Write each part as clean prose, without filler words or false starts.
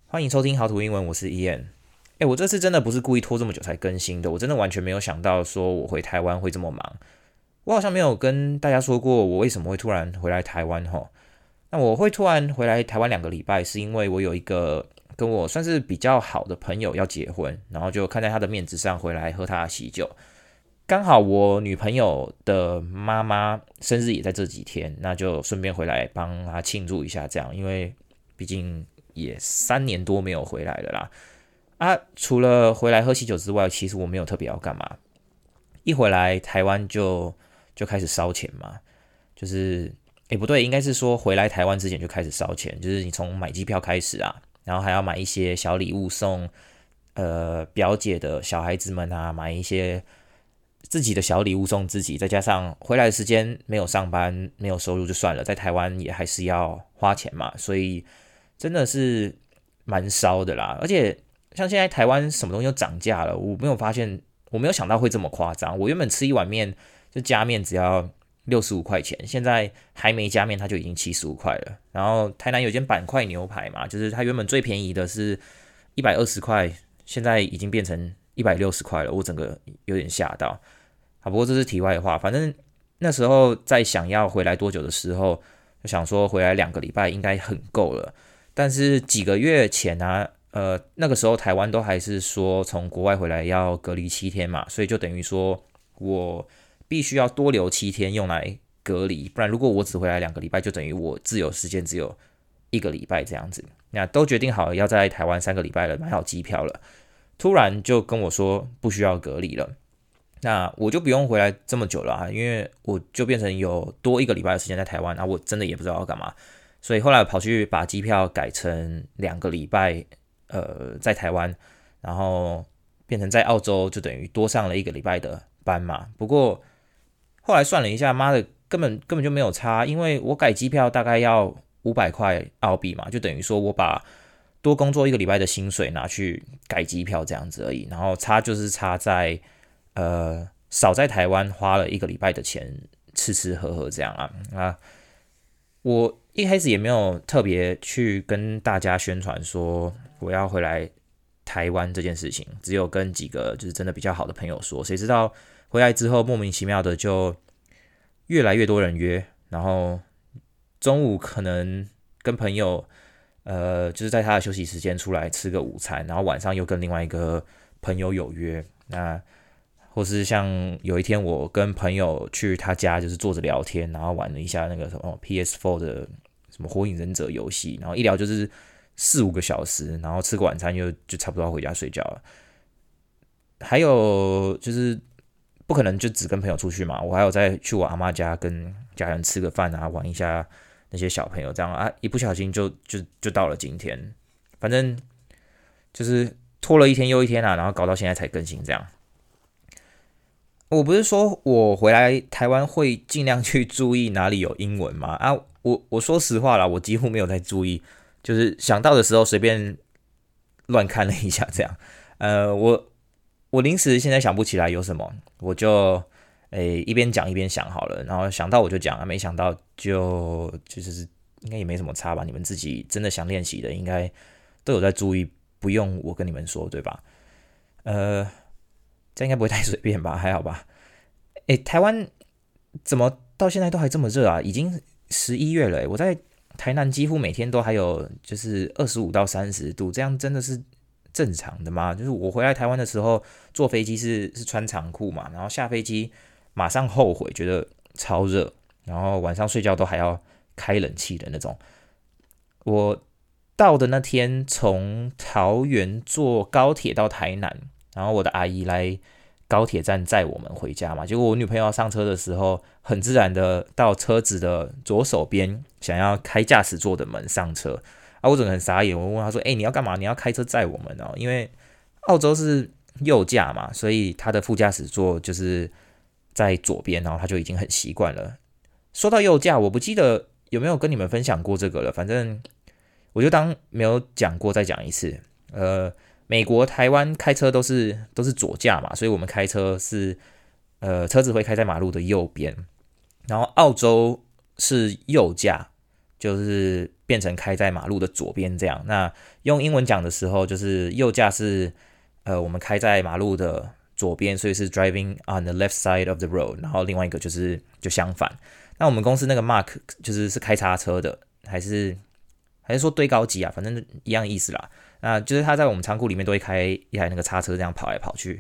欢迎收听好土英文，我是 Ian。我这次真的不是故意拖这么久才更新的，我真的完全没有想到说我回台湾会这么忙。我好像没有跟大家说过我为什么会突然回来台湾吼。那我会突然回来台湾2个礼拜，是因为我有一个跟我算是比较好的朋友要结婚，然后就看在他的面子上回来喝他的喜酒。刚好我女朋友的妈妈生日也在这几天，那就顺便回来帮她庆祝一下，这样，因为毕竟也3年多没有回来了啦。除了回来喝喜酒之外，其实我没有特别要干嘛。一回来台湾就开始烧钱嘛，就是不对，应该是说回来台湾之前就开始烧钱，就是你从买机票开始啊，然后还要买一些小礼物送表姐的小孩子们啊，买一些自己的小礼物送自己，再加上回来的时间没有上班没有收入就算了，在台湾也还是要花钱嘛，所以真的是蛮烧的啦。而且像现在台湾什么东西都涨价了，我没有想到会这么夸张。我原本吃一碗面就加面只要65块钱，现在还没加面它就已经75块了。然后台南有间板块牛排嘛，就是它原本最便宜的是120块，现在已经变成160块了，我整个有点吓到。好，不过这是题外话，反正那时候在想要回来多久的时候，就想说回来2个礼拜应该很够了。但是几个月前啊，那个时候台湾都还是说从国外回来要隔离7天嘛，所以就等于说我必须要多留7天用来隔离，不然如果我只回来2个礼拜，就等于我自由时间只有1个礼拜这样子。那都决定好要在台湾3个礼拜了，买好机票了，突然就跟我说不需要隔离了。那我就不用回来这么久了啊，因为我就变成有多1个礼拜的时间在台湾，我真的也不知道要干嘛，所以后来跑去把机票改成2个礼拜，在台湾，然后变成在澳洲，就等于多上了1个礼拜的班嘛。不过后来算了一下，妈的，根本就没有差，因为我改机票大概要500块澳币嘛，就等于说我把多工作1个礼拜的薪水拿去改机票这样子而已，然后差就是差在少在台湾花了1个礼拜的钱吃吃喝喝这样啊。我一开始也没有特别去跟大家宣传说我要回来台湾这件事情，只有跟几个就是真的比较好的朋友说，谁知道回来之后莫名其妙的就越来越多人约，然后中午可能跟朋友就是在他的休息时间出来吃个午餐，然后晚上又跟另外一个朋友有约，那或是像有一天我跟朋友去他家，就是坐着聊天，然后玩了一下那个什么 PS4 的什么火影忍者游戏，然后一聊就是4-5个小时，然后吃个晚餐就差不多要回家睡觉了。还有就是不可能就只跟朋友出去嘛，我还有再去我阿妈家跟家人吃个饭啊，玩一下那些小朋友这样啊，一不小心就到了今天，反正就是拖了一天又一天啊，然后搞到现在才更新这样。我不是说我回来台湾会尽量去注意哪里有英文吗？我说实话啦，我几乎没有在注意，就是想到的时候随便乱看了一下这样。我临时现在想不起来有什么，我就一边讲一边想好了，然后想到我就讲，没想到就是应该也没什么差吧？你们自己真的想练习的，应该都有在注意，不用我跟你们说对吧？呃，这应该不会太随便吧？还好吧？台湾怎么到现在都还这么热啊？已经11月了，我在台南几乎每天都还有就是25到30度，这样真的是正常的吗？就是我回来台湾的时候，坐飞机是穿长裤嘛，然后下飞机马上后悔，觉得超热，然后晚上睡觉都还要开冷气的那种。我到的那天从桃园坐高铁到台南，然后我的阿姨来高铁站载我们回家嘛。结果我女朋友要上车的时候，很自然的到车子的左手边，想要开驾驶座的门上车。我整个很傻眼，我问她说：你要干嘛？你要开车载我们哦？因为澳洲是右驾嘛，所以他的副驾驶座就是在左边，然后他就已经很习惯了。说到右驾，我不记得有没有跟你们分享过这个了，反正我就当没有讲过，再讲一次。美国、台湾开车都是左驾嘛，所以我们开车是车子会开在马路的右边，然后澳洲是右驾， 就是变成开在马路的左边这样。那用英文讲的时候，就是右驾是我们开在马路的左边，所以是 driving on the left side of the road， 然后另外一个就相反。那我们公司那个 Mark 就是开叉车的，还是说堆高机啊，反正一样意思啦。那就是他在我们仓库里面都会开一台那个叉车这样跑来跑去。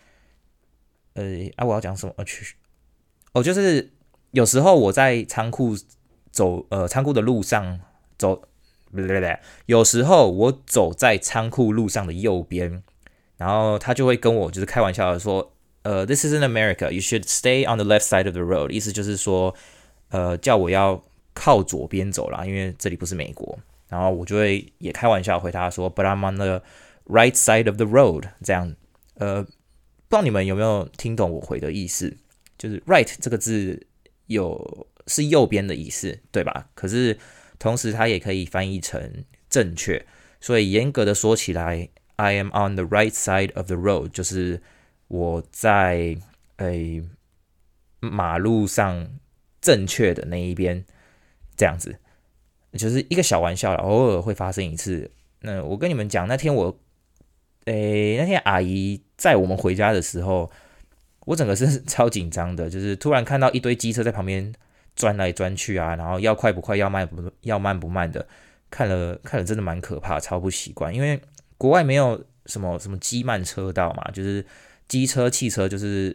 我要讲什么？就是有时候我在仓库仓库的路上走，有时候我走在仓库路上的右边，然后他就会跟我就是开玩笑的说，This isn't America, you should stay on the left side of the road。意思就是说，叫我要靠左边走啦，因为这里不是美国。然后我就会也开玩笑回答说 ，But I'm on the right side of the road。这样，不知道你们有没有听懂我回的意思？就是 right 这个字是右边的意思，对吧？可是同时它也可以翻译成正确，所以严格的说起来 ，I am on the right side of the road， 就是我在马路上正确的那一边，这样子，就是一个小玩笑啦，偶尔会发生一次。那我跟你们讲，那天阿姨载我们回家的时候，我整个是超紧张的，就是突然看到一堆机车在旁边钻来钻去啊，然后要快不快，要慢不慢的，看了真的蛮可怕，超不习惯。因为国外没有什么机慢车道嘛，就是机车、汽车就是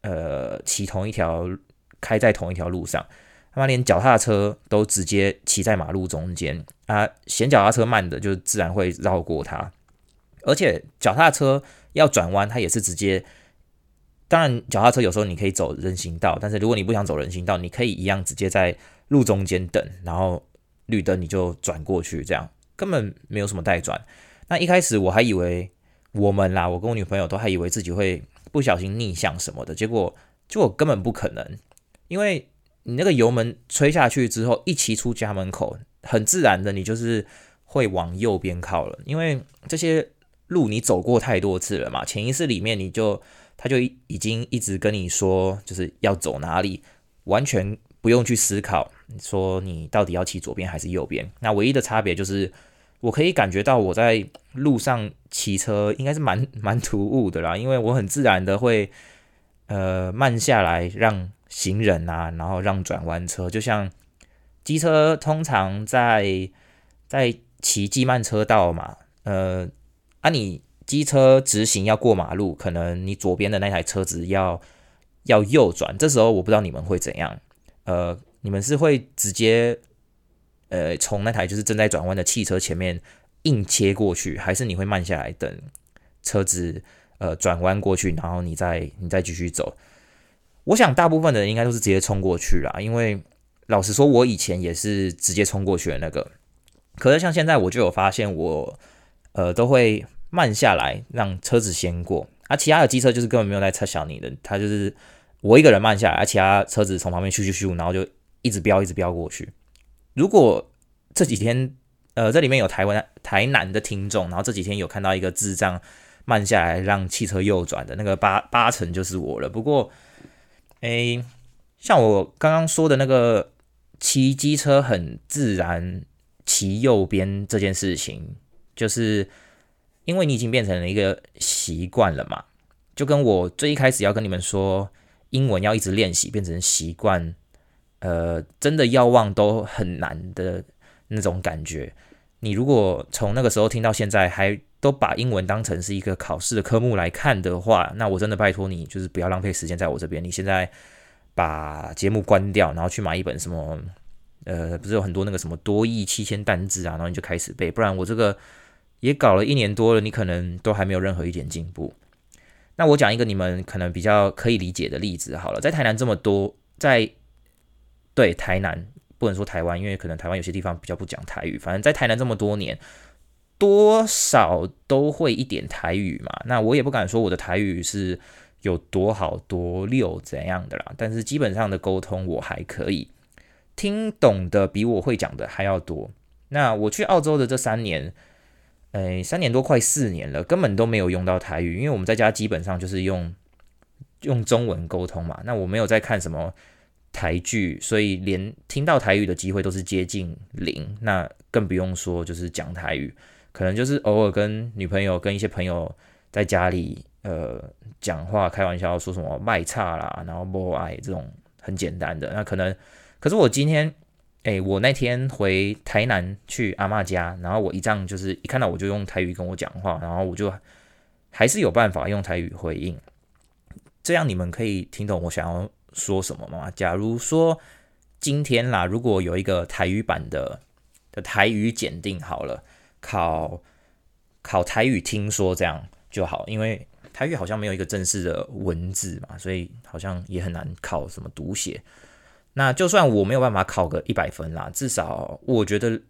开在同一条路上，他妈连脚踏车都直接骑在马路中间啊，嫌脚踏车慢的就自然会绕过它，而且脚踏车要转弯，它也是直接。当然，脚踏车有时候你可以走人行道，但是如果你不想走人行道，你可以一样直接在路中间等，然后绿灯你就转过去，这样根本没有什么待转。那一开始我还以为我跟我女朋友都还以为自己会不小心逆向什么的，结果根本不可能，因为你那个油门吹下去之后，一骑出家门口，很自然的你就是会往右边靠了，因为这些路你走过太多次了嘛，潜意识里面他就已经一直跟你说就是要走哪里，完全不用去思考说你到底要骑左边还是右边。那唯一的差别就是我可以感觉到我在路上骑车应该是蛮突兀的啦，因为我很自然的会慢下来让行人啊，然后让转弯车，就像机车通常在骑机慢车道嘛，你机车直行要过马路，可能你左边的那台车子要右转，这时候我不知道你们会怎样，你们是会直接从那台就是正在转弯的汽车前面硬切过去，还是你会慢下来等车子转弯过去，然后你再继续走？我想大部分的人应该都是直接冲过去啦，因为老实说，我以前也是直接冲过去的那个，可是像现在我就有发现我都会慢下来让车子先过，其他的机车就是根本没有在测小你的，他就是我一个人慢下来，其他车子从旁边咻，然后就一直飙过去。如果这几天这里面有台南的听众，然后这几天有看到一个智障慢下来让汽车右转的那个八成就是我了。不过像我刚刚说的那个骑机车很自然骑右边这件事情，就是因为你已经变成了一个习惯了嘛，就跟我最一开始要跟你们说英文要一直练习变成习惯，真的要忘都很难的那种感觉。你如果从那个时候听到现在还都把英文当成是一个考试的科目来看的话，那我真的拜托你就是不要浪费时间在我这边，你现在把节目关掉，然后去买一本什么不是有很多那个什么多益7000单字啊，然后你就开始背，不然我这个也搞了1年多了，你可能都还没有任何一点进步。那我讲一个你们可能比较可以理解的例子好了，在台南这么多，对台南不能说台湾，因为可能台湾有些地方比较不讲台语，反正在台南这么多年，多少都会一点台语嘛。那我也不敢说我的台语是有多好多溜怎样的啦，但是基本上的沟通我还可以，听懂的比我会讲的还要多。那我去澳洲的这3年，3年多快4年了，根本都没有用到台语，因为我们在家基本上就是用中文沟通嘛。那我没有在看什么台剧，所以连听到台语的机会都是接近零。那更不用说就是讲台语，可能就是偶尔跟女朋友、跟一些朋友在家里讲话开玩笑，说什么卖差啦，然后不爱这种很简单的。那可是我今天我那天回台南去阿嬷家，然后我姨丈就是一看到我就用台语跟我讲话，然后我就还是有办法用台语回应。这样你们可以听懂我想要说什么吗？假如说今天啦，如果有一个台语版的台语检定好了，考台语听说这样就好，因为台语好像没有一个正式的文字嘛，所以好像也很难考什么读写。那就算我没有办法考个100分啦，至少我觉得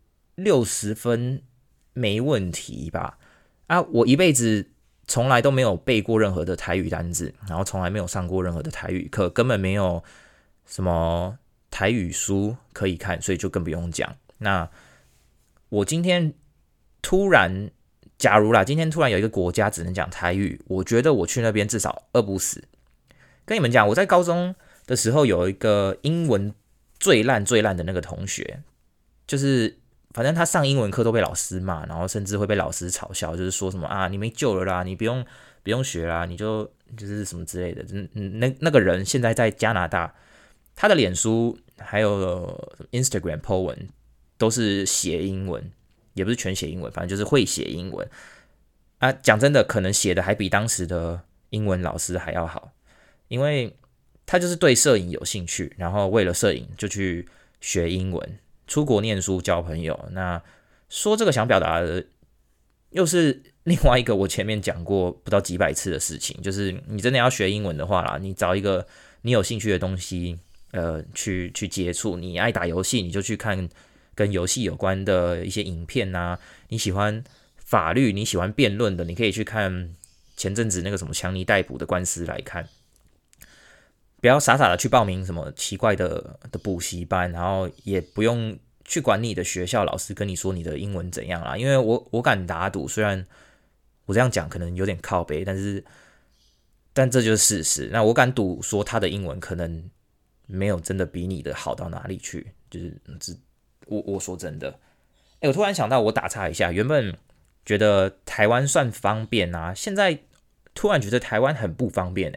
60分没问题吧。啊，我一辈子从来都没有背过任何的台语单字，然后从来没有上过任何的台语课，根本没有什么台语书可以看，所以就更不用讲。那我今天突然，假如啦，今天突然有一个国家只能讲台语，我觉得我去那边至少饿不死。跟你们讲，我在高中的时候有一个英文最烂的那个同学，就是反正他上英文课都被老师骂，然后甚至会被老师嘲笑，就是说什么啊你没救了啦，你不用学啦，你就是什么之类的。那个人现在在加拿大，他的脸书还有 Instagram po 文都是写英文，也不是全写英文，反正就是会写英文啊。讲真的，可能写的还比当时的英文老师还要好，因为他就是对摄影有兴趣，然后为了摄影就去学英文，出国念书交朋友。那说这个想表达的，又是另外一个我前面讲过不知道几百次的事情，就是你真的要学英文的话啦，你找一个你有兴趣的东西，去接触。你爱打游戏，你就去看跟游戏有关的一些影片啊。你喜欢法律，你喜欢辩论的，你可以去看前阵子那个什么强尼戴普的官司来看。不要傻傻的去报名什么奇怪的补习班，然后也不用去管你的学校老师跟你说你的英文怎样啦。因为我敢打赌，虽然我这样讲可能有点靠北，但这就是事实。那我敢赌说他的英文可能没有真的比你的好到哪里去，就是我说真的。我突然想到，我打岔一下，原本觉得台湾算方便啊，现在突然觉得台湾很不方便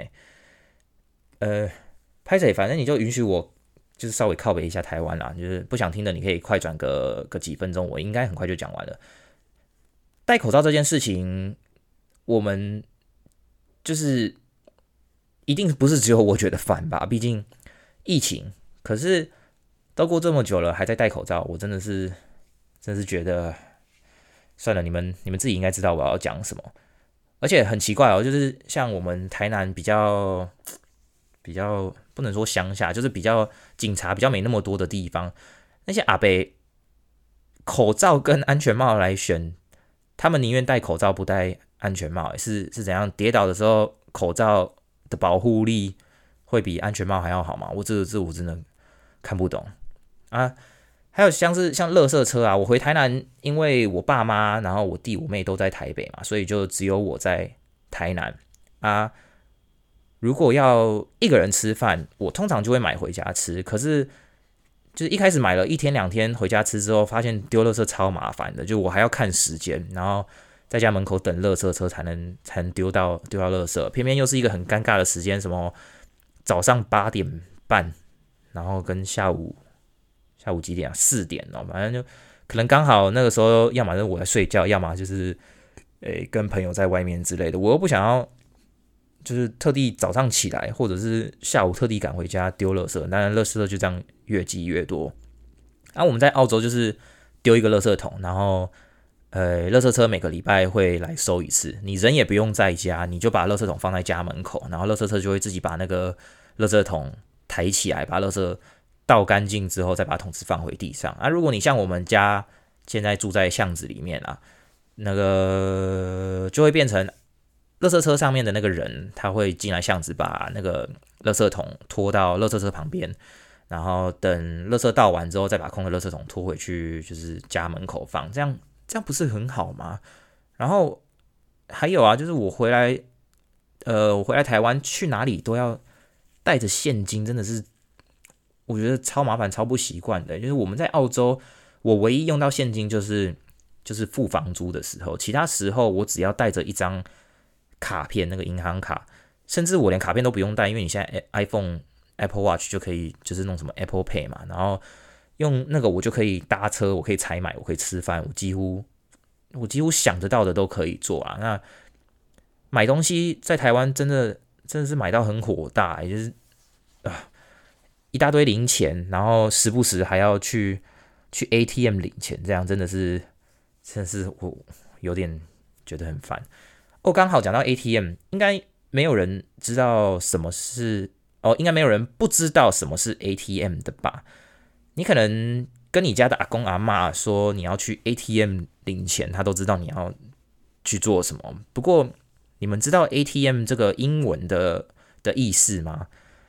拍谁，反正你就允许我就是稍微靠北一下台湾啦，就是不想听的你可以快转个几分钟，我应该很快就讲完了。戴口罩这件事情，我们就是一定不是只有我觉得烦吧，毕竟疫情。可是都过这么久了，还在戴口罩，我真是觉得算了，你们自己应该知道我要讲什么。而且很奇怪哦，就是像我们台南比较不能说乡下，就是比较警察比较没那么多的地方，那些阿伯口罩跟安全帽来选，他们宁愿戴口罩不戴安全帽，是怎样？跌倒的时候口罩的保护力会比安全帽还要好吗？我真的看不懂啊。还有像垃圾车啊，我回台南，因为我爸妈，然后我弟我妹都在台北嘛，所以就只有我在台南啊。如果要一个人吃饭，我通常就会买回家吃。可是就是一开始买了1天2天回家吃之后，发现丢垃圾超麻烦的，就我还要看时间，然后在家门口等垃圾车才能丢到垃圾，偏偏又是一个很尴尬的时间，什么早上8点半，然后跟下午几点啊？4点哦，反正就可能刚好那个时候，要么是我在睡觉，要么就是跟朋友在外面之类的，我又不想要。就是特地早上起来，或者是下午特地赶回家丢垃圾，当然垃圾就这样越积越多。我们在澳洲就是丢一个垃圾桶，然后垃圾车每个礼拜会来收一次，你人也不用在家，你就把垃圾桶放在家门口，然后垃圾车就会自己把那个垃圾桶抬起来，把垃圾倒干净之后，再把桶子放回地上。如果你像我们家现在住在巷子里面啊，那个就会变成。垃圾车上面的那个人，他会进来巷子，把那个垃圾桶拖到垃圾车旁边，然后等垃圾倒完之后，再把空的垃圾桶拖回去，就是家门口放，这样不是很好吗？然后还有啊，就是我回来台湾去哪里都要带着现金，真的是我觉得超麻烦、超不习惯的。就是我们在澳洲，我唯一用到现金就是付房租的时候，其他时候我只要带着一张卡片，那个银行卡，甚至我连卡片都不用带，因为你现在 Apple Watch 就可以就是弄什么 Apple Pay 嘛，然后用那个我就可以搭车，我可以采买，我可以吃饭，我几乎想得到的都可以做啊。那买东西在台湾真的是买到很火大，就是一大堆零钱，然后时不时还要去 ATM 领钱，这样真的是我有点觉得很烦。刚好讲到 ATM， 应该没有人知道什么是应该没有人不知道什么是 ATM 的吧？你可能跟你家的阿公阿嬷说你要去 ATM 领钱，他都知道你要去做什么。不过你们知道 ATM 这个英文的意思吗？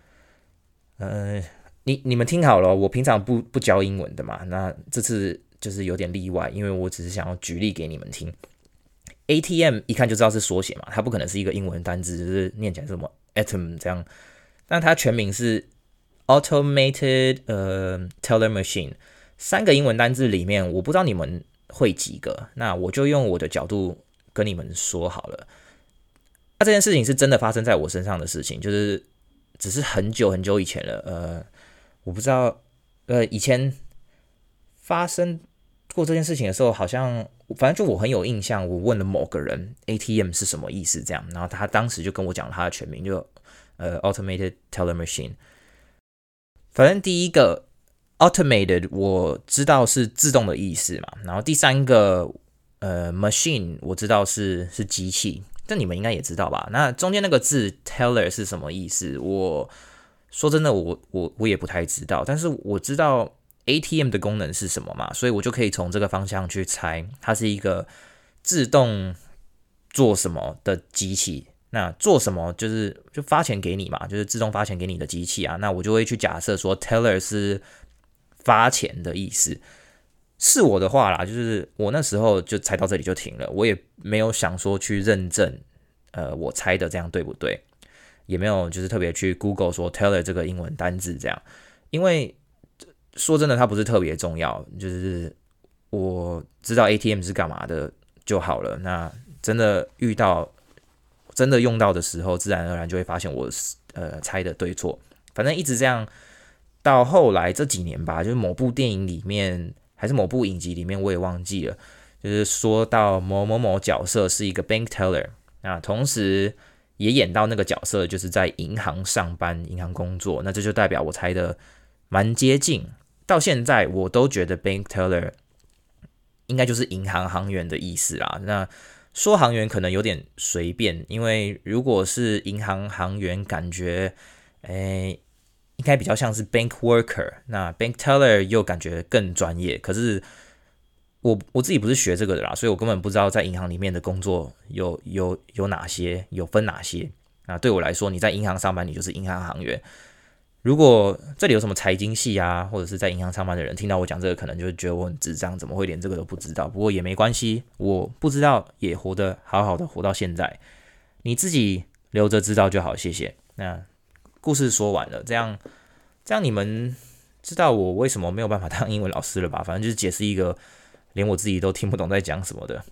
你们听好了，我平常不教英文的嘛，那这次就是有点例外，因为我只是想要举例给你们听。ATM 一看就知道是缩写嘛，它不可能是一个英文单字，就是念起来什么 atom 这样。但它全名是 Automated Teller Machine。3个英文单字里面，我不知道你们会几个，那我就用我的角度跟你们说好了。这件事情是真的发生在我身上的事情，就是只是很久很久以前了。我不知道以前发生过这件事情的时候，好像反正就我很有印象，我问了某个人 ATM 是什么意思，这样，然后他当时就跟我讲了他的全名，就Automated Teller Machine。反正第一个 Automated 我知道是自动的意思嘛，然后第三个Machine 我知道是机器，这你们应该也知道吧？那中间那个字 Teller 是什么意思？我说真的，我也不太知道，但是我知道 ATM 的功能是什么嘛，所以我就可以从这个方向去猜，它是一个自动做什么的机器。那做什么就发钱给你嘛，就是自动发钱给你的机器啊。那我就会去假设说 Teller 是发钱的意思。是我的话啦，就是我那时候就猜到这里就停了，我也没有想说去认证，我猜的这样对不对，也没有就是特别去 Google 说 Teller 这个英文单字这样，因为说真的它不是特别重要，就是我知道 ATM 是干嘛的就好了。那真的真的用到的时候，自然而然就会发现我猜的对错。反正一直这样到后来这几年吧，就是某部电影里面还是某部影集里面，我也忘记了，就是说到某某某角色是一个 bank teller， 那同时也演到那个角色就是在银行上班、银行工作，那这就代表我猜的蛮接近。到现在我都觉得 bank teller 应该就是银行行员的意思啦。那说行员可能有点随便，因为如果是银行行员，感觉应该比较像是 bank worker， 那 bank teller 又感觉更专业。可是我自己不是学这个的啦，所以我根本不知道在银行里面的工作有哪些，有分哪些。那对我来说，你在银行上班，你就是银行行员。如果这里有什么财经系啊，或者是在银行上班的人听到我讲这个，可能就觉得我很智障，怎么会连这个都不知道？不过也没关系，我不知道也活得好好的，活到现在，你自己留着知道就好，谢谢。那故事说完了，这样你们知道我为什么没有办法当英文老师了吧？反正就是解释一个连我自己都听不懂在讲什么的。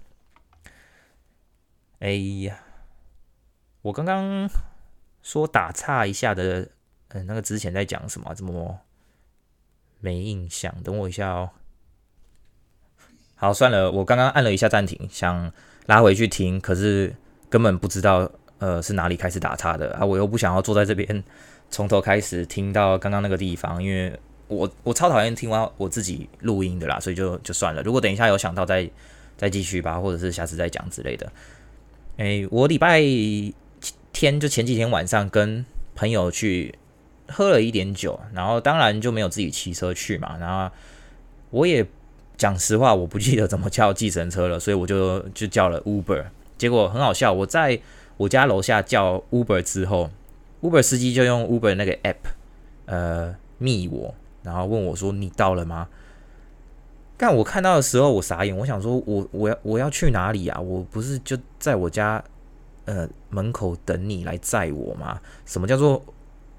哎呀，我刚刚说打岔一下的。那个之前在讲什么？怎么没印象？等我一下哦。好，算了，我刚刚按了一下暂停，想拉回去听，可是根本不知道是哪里开始打岔的啊！我又不想要坐在这边从头开始听到刚刚那个地方，因为我超讨厌听完我自己录音的啦，所以就算了。如果等一下有想到再继续吧，或者是下次再讲之类的。我礼拜天就前几天晚上跟朋友去。喝了一点酒，然后当然就没有自己骑车去嘛。然后我也讲实话，我不记得怎么叫计程车了，所以我就叫了 Uber。结果很好笑，我在我家楼下叫 Uber 之后 ，Uber 司机就用 Uber 那个 app 密我，然后问我说：“你到了吗？”但我看到的时候，我傻眼，我想说我要去哪里啊？我不是就在我家门口等你来载我吗？什么叫做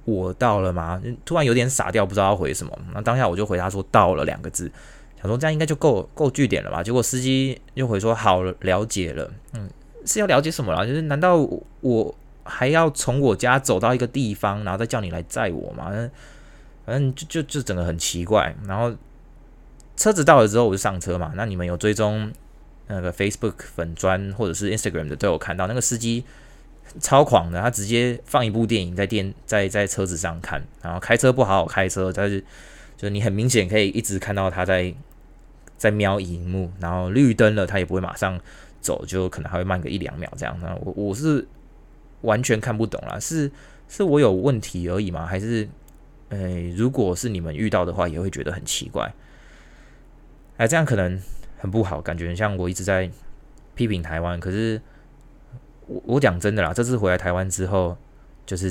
我到了吗？突然有点傻掉，不知道要回什么。那当下我就回答说到了2个字，想说这样应该就够句点了吧。结果司机又回说好了，了解了。是要了解什么啦？就是难道我还要从我家走到一个地方，然后再叫你来载我吗？反正就整个很奇怪。然后车子到了之后，我就上车嘛。那你们有追踪那个 Facebook 粉专或者是 Instagram 的都有看到，那个司机超狂的，他直接放一部电影在车子上看，然后开车不好好开车，但是就你很明显可以一直看到他在瞄荧幕，然后绿灯了他也不会马上走，就可能还会慢个1-2秒这样。那我是完全看不懂啦，是我有问题而已吗？还是如果是你们遇到的话，也会觉得很奇怪？这样可能很不好，感觉很像我一直在批评台湾。可是我讲真的啦，这次回来台湾之后，就是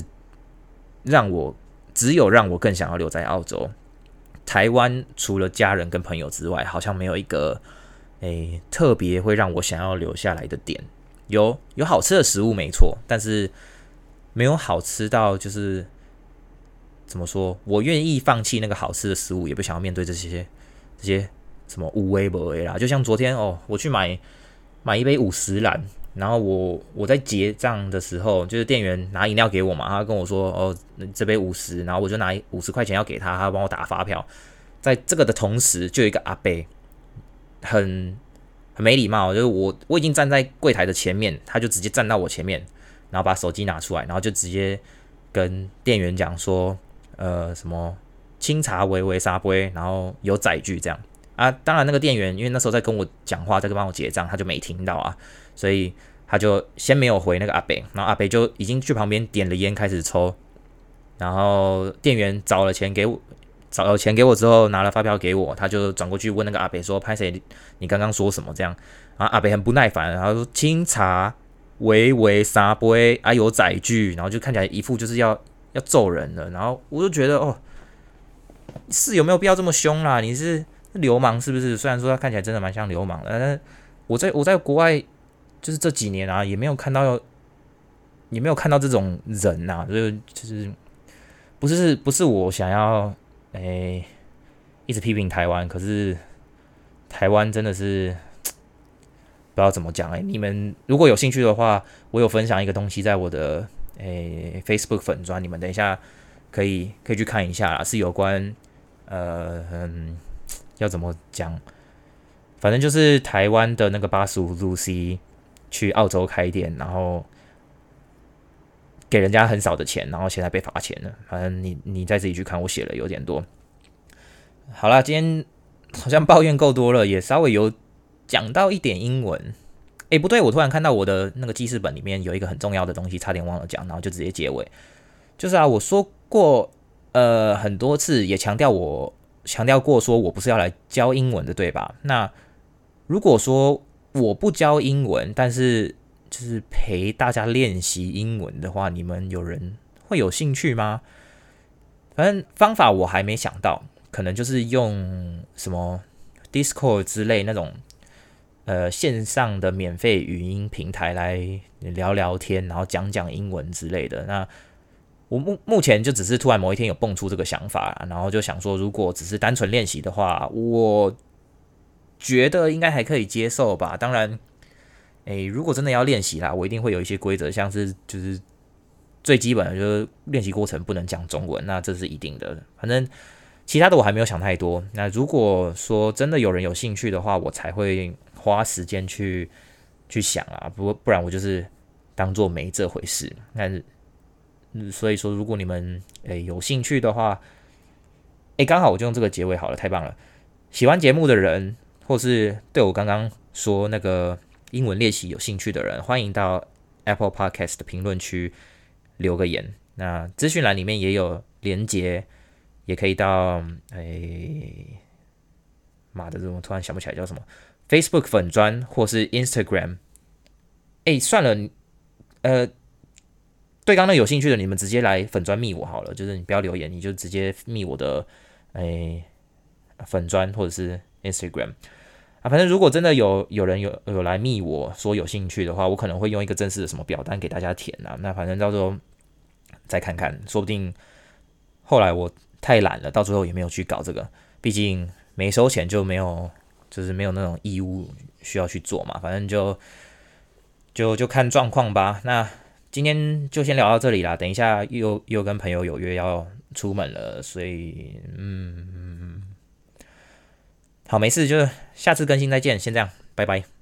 只有让我更想要留在澳洲。台湾除了家人跟朋友之外，好像没有一个特别会让我想要留下来的点。有好吃的食物没错，但是没有好吃到就是怎么说，我愿意放弃那个好吃的食物，也不想要面对这些什么无微不微啦。就像昨天我去买一杯50兰，然后我在结账的时候，就是店员拿饮料给我嘛，他跟我说这杯50，然后我就拿50块钱要给他，他帮我打发票。在这个的同时，就有一个阿伯很没礼貌，就是我已经站在柜台的前面，他就直接站到我前面，然后把手机拿出来，然后就直接跟店员讲说什么清茶微沙杯，然后有载具这样。当然那个店员因为那时候在跟我讲话，在帮我结账，他就没听到啊，所以他就先没有回那个阿北，然后阿北就已经去旁边点了烟开始抽，然后店员找了钱给我之后，拿了发票给我，他就转过去问那个阿北说：“拍谁？你刚刚说什么？”这样，然后阿北很不耐烦，然后说：“清茶微沙杯有载具。”然后就看起来一副就是要揍人了，然后我就觉得是有没有必要这么凶啦？你是流氓是不是？虽然说他看起来真的蛮像流氓的，但是我在国外就是这几年啊，也没有看到这种人啊，就是不是我想要一直批评台湾，可是台湾真的是不知道怎么讲你们如果有兴趣的话，我有分享一个东西在我的Facebook 粉专，你们等一下可以去看一下啦，是有关要怎么讲？反正就是台湾的那个85路 C 去澳洲开店，然后给人家很少的钱，然后现在被罚钱了。反正你再自己去看，我写了有点多。好啦，今天好像抱怨够多了，也稍微有讲到一点英文。不对，我突然看到我的那个记事本里面有一个很重要的东西，差点忘了讲，然后就直接结尾。就是我说过很多次，也强调过说我不是要来教英文的，对吧？那如果说我不教英文，但是就是陪大家练习英文的话，你们有人会有兴趣吗？反正方法我还没想到，可能就是用什么 Discord 之类那种线上的免费语音平台来聊聊天，然后讲讲英文之类的。那我目前就只是突然某一天有蹦出这个想法，然后就想说，如果只是单纯练习的话，我觉得应该还可以接受吧。当然，如果真的要练习啦，我一定会有一些规则，像是就是最基本的就是练习过程不能讲中文，那这是一定的。反正其他的我还没有想太多。那如果说真的有人有兴趣的话，我才会花时间去想啊，不然我就是当做没这回事。所以说，如果你们有兴趣的话，刚好我就用这个结尾好了，太棒了！喜欢节目的人，或是对我刚刚说那个英文练习有兴趣的人，欢迎到 Apple Podcast 的评论区留个言。那资讯栏里面也有连结，也可以到妈的，我突然想不起来叫什么 Facebook 粉专或是 Instagram。算了，对刚刚有兴趣的你们直接来粉专密我好了，就是你不要留言，你就直接密我的粉专或者是 Instagram 反正如果真的有人有来密我说有兴趣的话，我可能会用一个正式的什么表单给大家填啊。那反正到时候再看看，说不定后来我太懒了，到最后也没有去搞这个，毕竟没收钱就没有，就是没有那种义务需要去做嘛，反正就看状况吧。那今天就先聊到这里啦，等一下又跟朋友有约要出门了，所以好，没事，就下次更新再见，先这样，拜拜。